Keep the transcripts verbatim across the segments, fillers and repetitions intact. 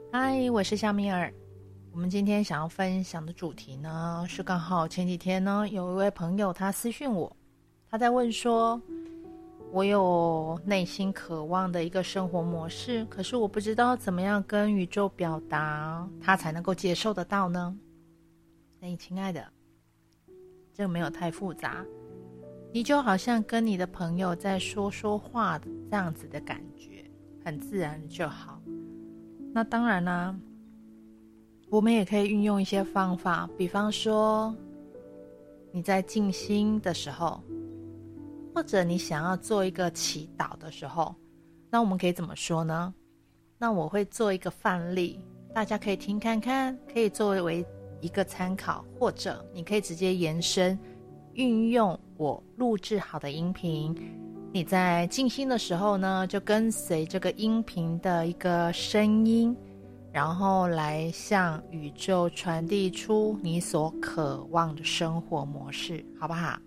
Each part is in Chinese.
嗨，我是夏米尔。我们今天想要分享的主题呢，是刚好前几天呢，有一位朋友他私讯我，他在问说，我有内心渴望的一个生活模式，可是我不知道怎么样跟宇宙表达，他才能够接受得到呢？哎，亲爱的，这个没有太复杂，你就好像跟你的朋友在说说话的这样子的感觉，很自然就好。那当然啦，我们也可以运用一些方法，比方说你在静心的时候，或者你想要做一个祈祷的时候，那我们可以怎么说呢？那我会做一个范例，大家可以听看看，可以作为一个参考，或者你可以直接延伸运用我录制好的音频，你在静心的时候呢，就跟随这个音频的一个声音，然后来向宇宙传递出你所渴望的生活模式，好不好？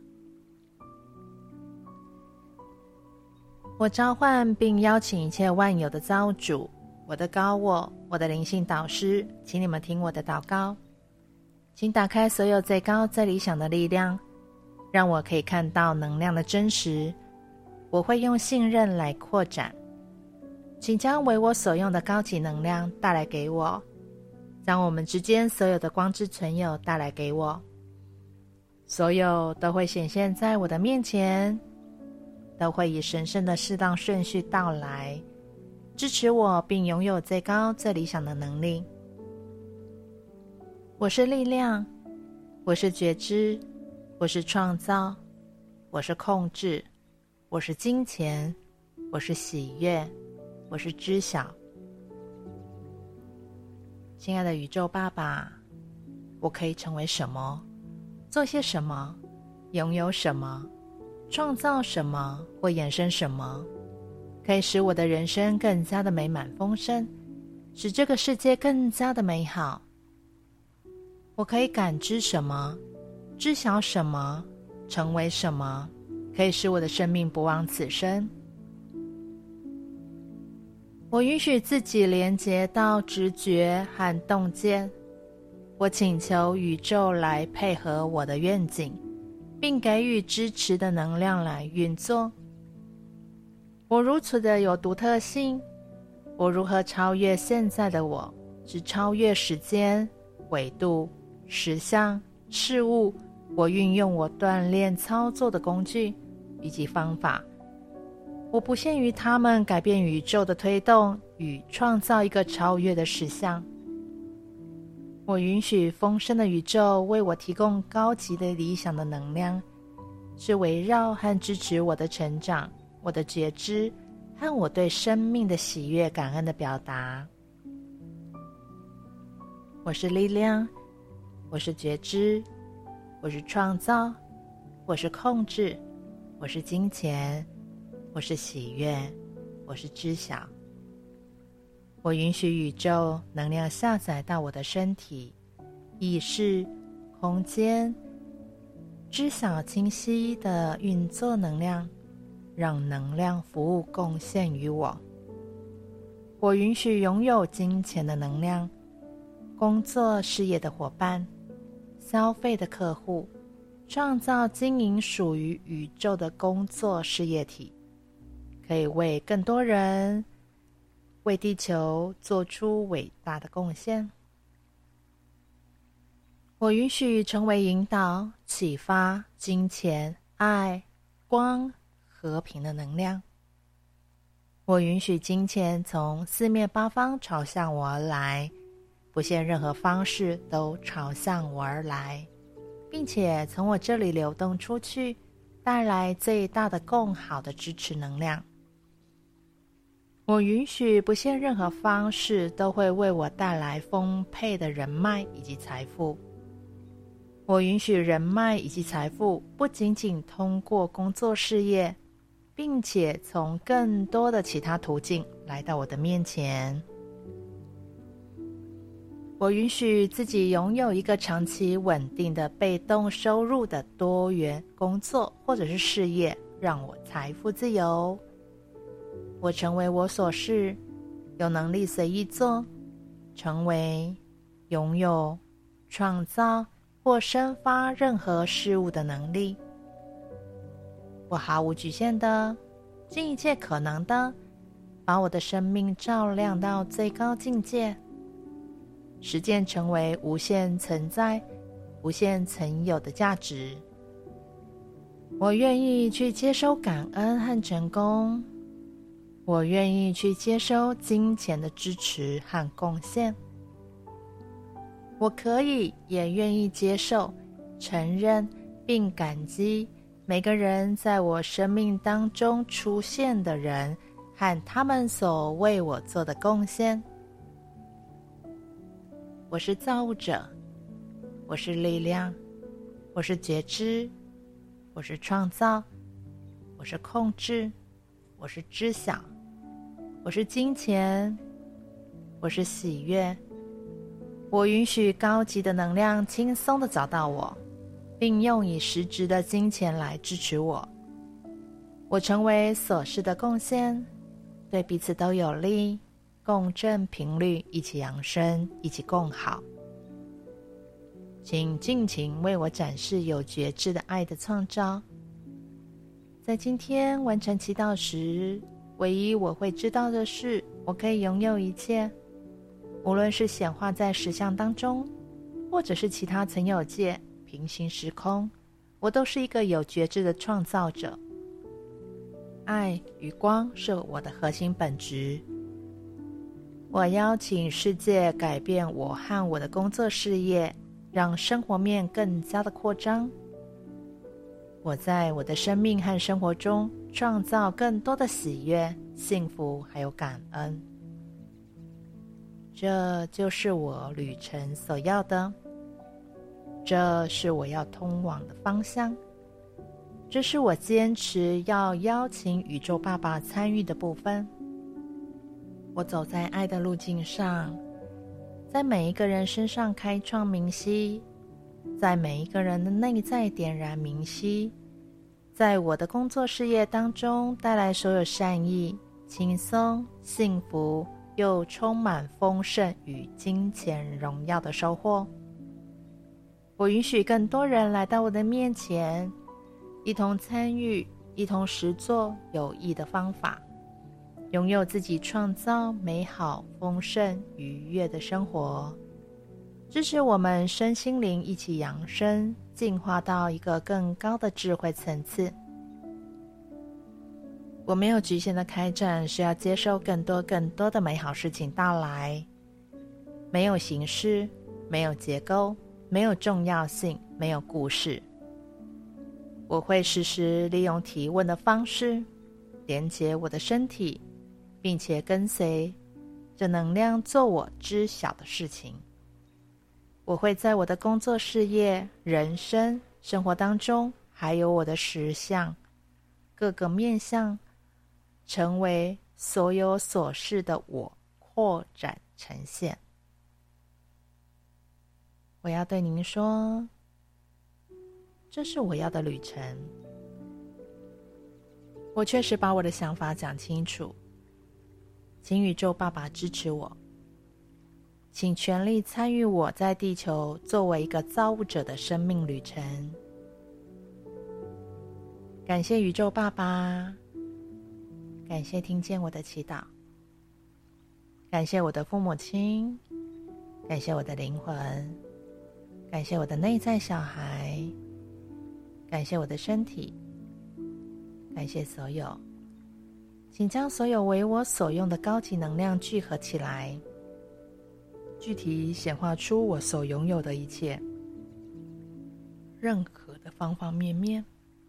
我召唤并邀请一切万有的造主，我的高我，我的灵性导师，请你们听我的祷告。请打开所有最高最理想的力量，让我可以看到能量的真实。我会用信任来扩展，请将为我所用的高级能量带来给我，将我们之间所有的光之存有带来给我，所有都会显现在我的面前，都会以神圣的适当顺序到来，支持我并拥有最高最理想的能力。我是力量，我是觉知，我是创造，我是控制，我是金钱，我是喜悦，我是知晓。亲爱的宇宙爸爸，我可以成为什么？做些什么？拥有什么？创造什么？或衍生什么？可以使我的人生更加的美满丰盛，使这个世界更加的美好。我可以感知什么？知晓什么？成为什么？可以使我的生命不枉此生。我允许自己连接到直觉和洞见，我请求宇宙来配合我的愿景，并给予支持的能量来运作。我如此的有独特性，我如何超越现在的我，只超越时间、纬度、实相、事物。我运用我锻炼操作的工具以及方法，我不限于他们，改变宇宙的推动与创造一个超越的实相。我允许丰盛的宇宙为我提供高级的理想的能量，是围绕和支持我的成长，我的觉知和我对生命的喜悦感恩的表达。我是力量，我是觉知，我是创造，我是控制，我是金钱，我是喜悦，我是知晓。我允许宇宙能量下载到我的身体、意识、空间，知晓清晰的运作能量，让能量服务贡献于我。我允许拥有金钱的能量，工作事业的伙伴，消费的客户，创造经营属于宇宙的工作事业体，可以为更多人，为地球做出伟大的贡献。我允许成为引导、启发、金钱、爱、光、和平的能量。我允许金钱从四面八方朝向我而来，不限任何方式都朝向我而来，并且从我这里流动出去，带来最大的更好的支持能量。我允许不限任何方式都会为我带来丰沛的人脉以及财富。我允许人脉以及财富不仅仅通过工作事业，并且从更多的其他途径来到我的面前。我允许自己拥有一个长期稳定的被动收入的多元工作或者是事业，让我财富自由。我成为我所是，有能力随意做， 成为、拥有、创造或生发任何事物的能力。我毫无局限的，尽一切可能的，把我的生命照亮到最高境界，实践成为无限存在、无限曾有的价值。我愿意去接收感恩和成功，我愿意去接收金钱的支持和贡献。我可以也愿意接受、承认并感激每个人在我生命当中出现的人和他们所为我做的贡献。我是造物者，我是力量，我是觉知，我是创造，我是控制，我是知晓，我是金钱，我是喜悦。我允许高级的能量轻松地找到我，并用以实质的金钱来支持我。我成为所示的贡献，对彼此都有利，共振频率，一起扬升，一起共好。请尽情为我展示有觉知的爱的创造。在今天完成祈祷时，唯一我会知道的是，我可以拥有一切，无论是显化在实相当中，或者是其他存有界、平行时空，我都是一个有觉知的创造者。爱与光是我的核心本质。我邀请世界改变我和我的工作事业，让生活面更加的扩张。我在我的生命和生活中创造更多的喜悦、幸福还有感恩。这就是我旅程所要的，这是我要通往的方向，这是我坚持要邀请宇宙爸爸参与的部分。我走在爱的路径上，在每一个人身上开创明晰，在每一个人的内在点燃明晰，在我的工作事业当中带来所有善意、轻松、幸福又充满丰盛与金钱荣耀的收获。我允许更多人来到我的面前，一同参与，一同实作有益的方法，拥有自己创造美好、丰盛、愉悦的生活，支持我们身心灵一起扬升，进化到一个更高的智慧层次。我没有局限的开展，是要接受更多更多的美好事情到来，没有形式，没有结构，没有重要性，没有故事。我会时时利用提问的方式连接我的身体，并且跟随着能量做我知晓的事情。我会在我的工作事业、人生、生活当中，还有我的实相各个面向，成为所有所示的我扩展呈现。我要对您说，这是我要的旅程。我确实把我的想法讲清楚，请宇宙爸爸支持我，请全力参与我在地球作为一个造物者的生命旅程。感谢宇宙爸爸，感谢听见我的祈祷，感谢我的父母亲，感谢我的灵魂，感谢我的内在小孩，感谢我的身体，感谢所有。请将所有为我所用的高级能量聚合起来，具体显化出我所拥有的一切，任何的方方面面。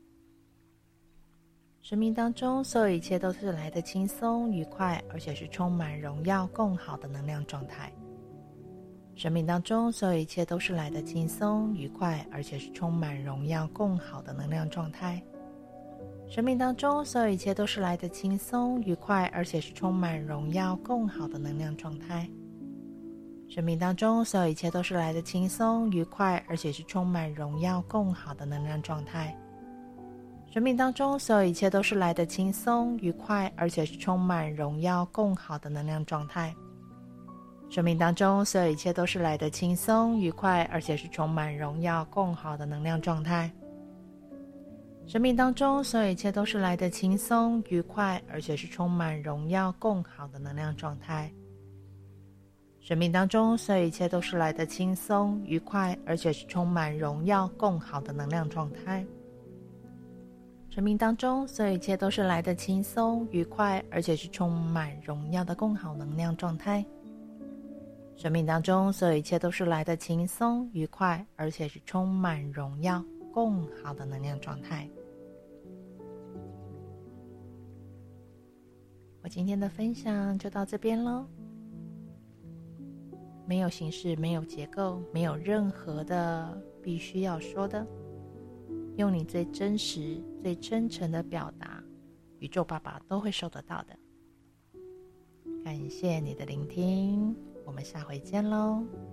生命当中所有一切都是来得轻松愉快，而且是充满荣耀共好的能量状态。生命当中所有一切都是来得轻松愉快，而且是充满荣耀共好的能量状态。生命当中所有一切都是来得轻松愉快，而且是充满荣耀共好的能量状态。生命当中所有一切都是来得轻松愉快，而且是充满荣耀共好的能量状态。生命当中所有一切都是来得轻松愉快，而且是充满荣耀共好的能量状态。 生命当中所有一切都是来得轻松愉快，而且是充满荣耀更好的能量状态。生命当中所有一切都是来得轻松愉快，而且是充满荣耀更好的能量状态。生命当中所有一切都是来得轻松愉快，而且是充满荣耀更好的能量状态。生命当中所有一切都是来得轻松愉快，而且是充满荣耀的更好能量状态。生命当中所有一切都是来得轻松愉快，而且是充满荣耀更好的能量状态。我今天的分享就到这边咯，没有形式，没有结构，没有任何的必须要说的，用你最真实最真诚的表达，宇宙爸爸都会收得到的。感谢你的聆听，我们下回见咯。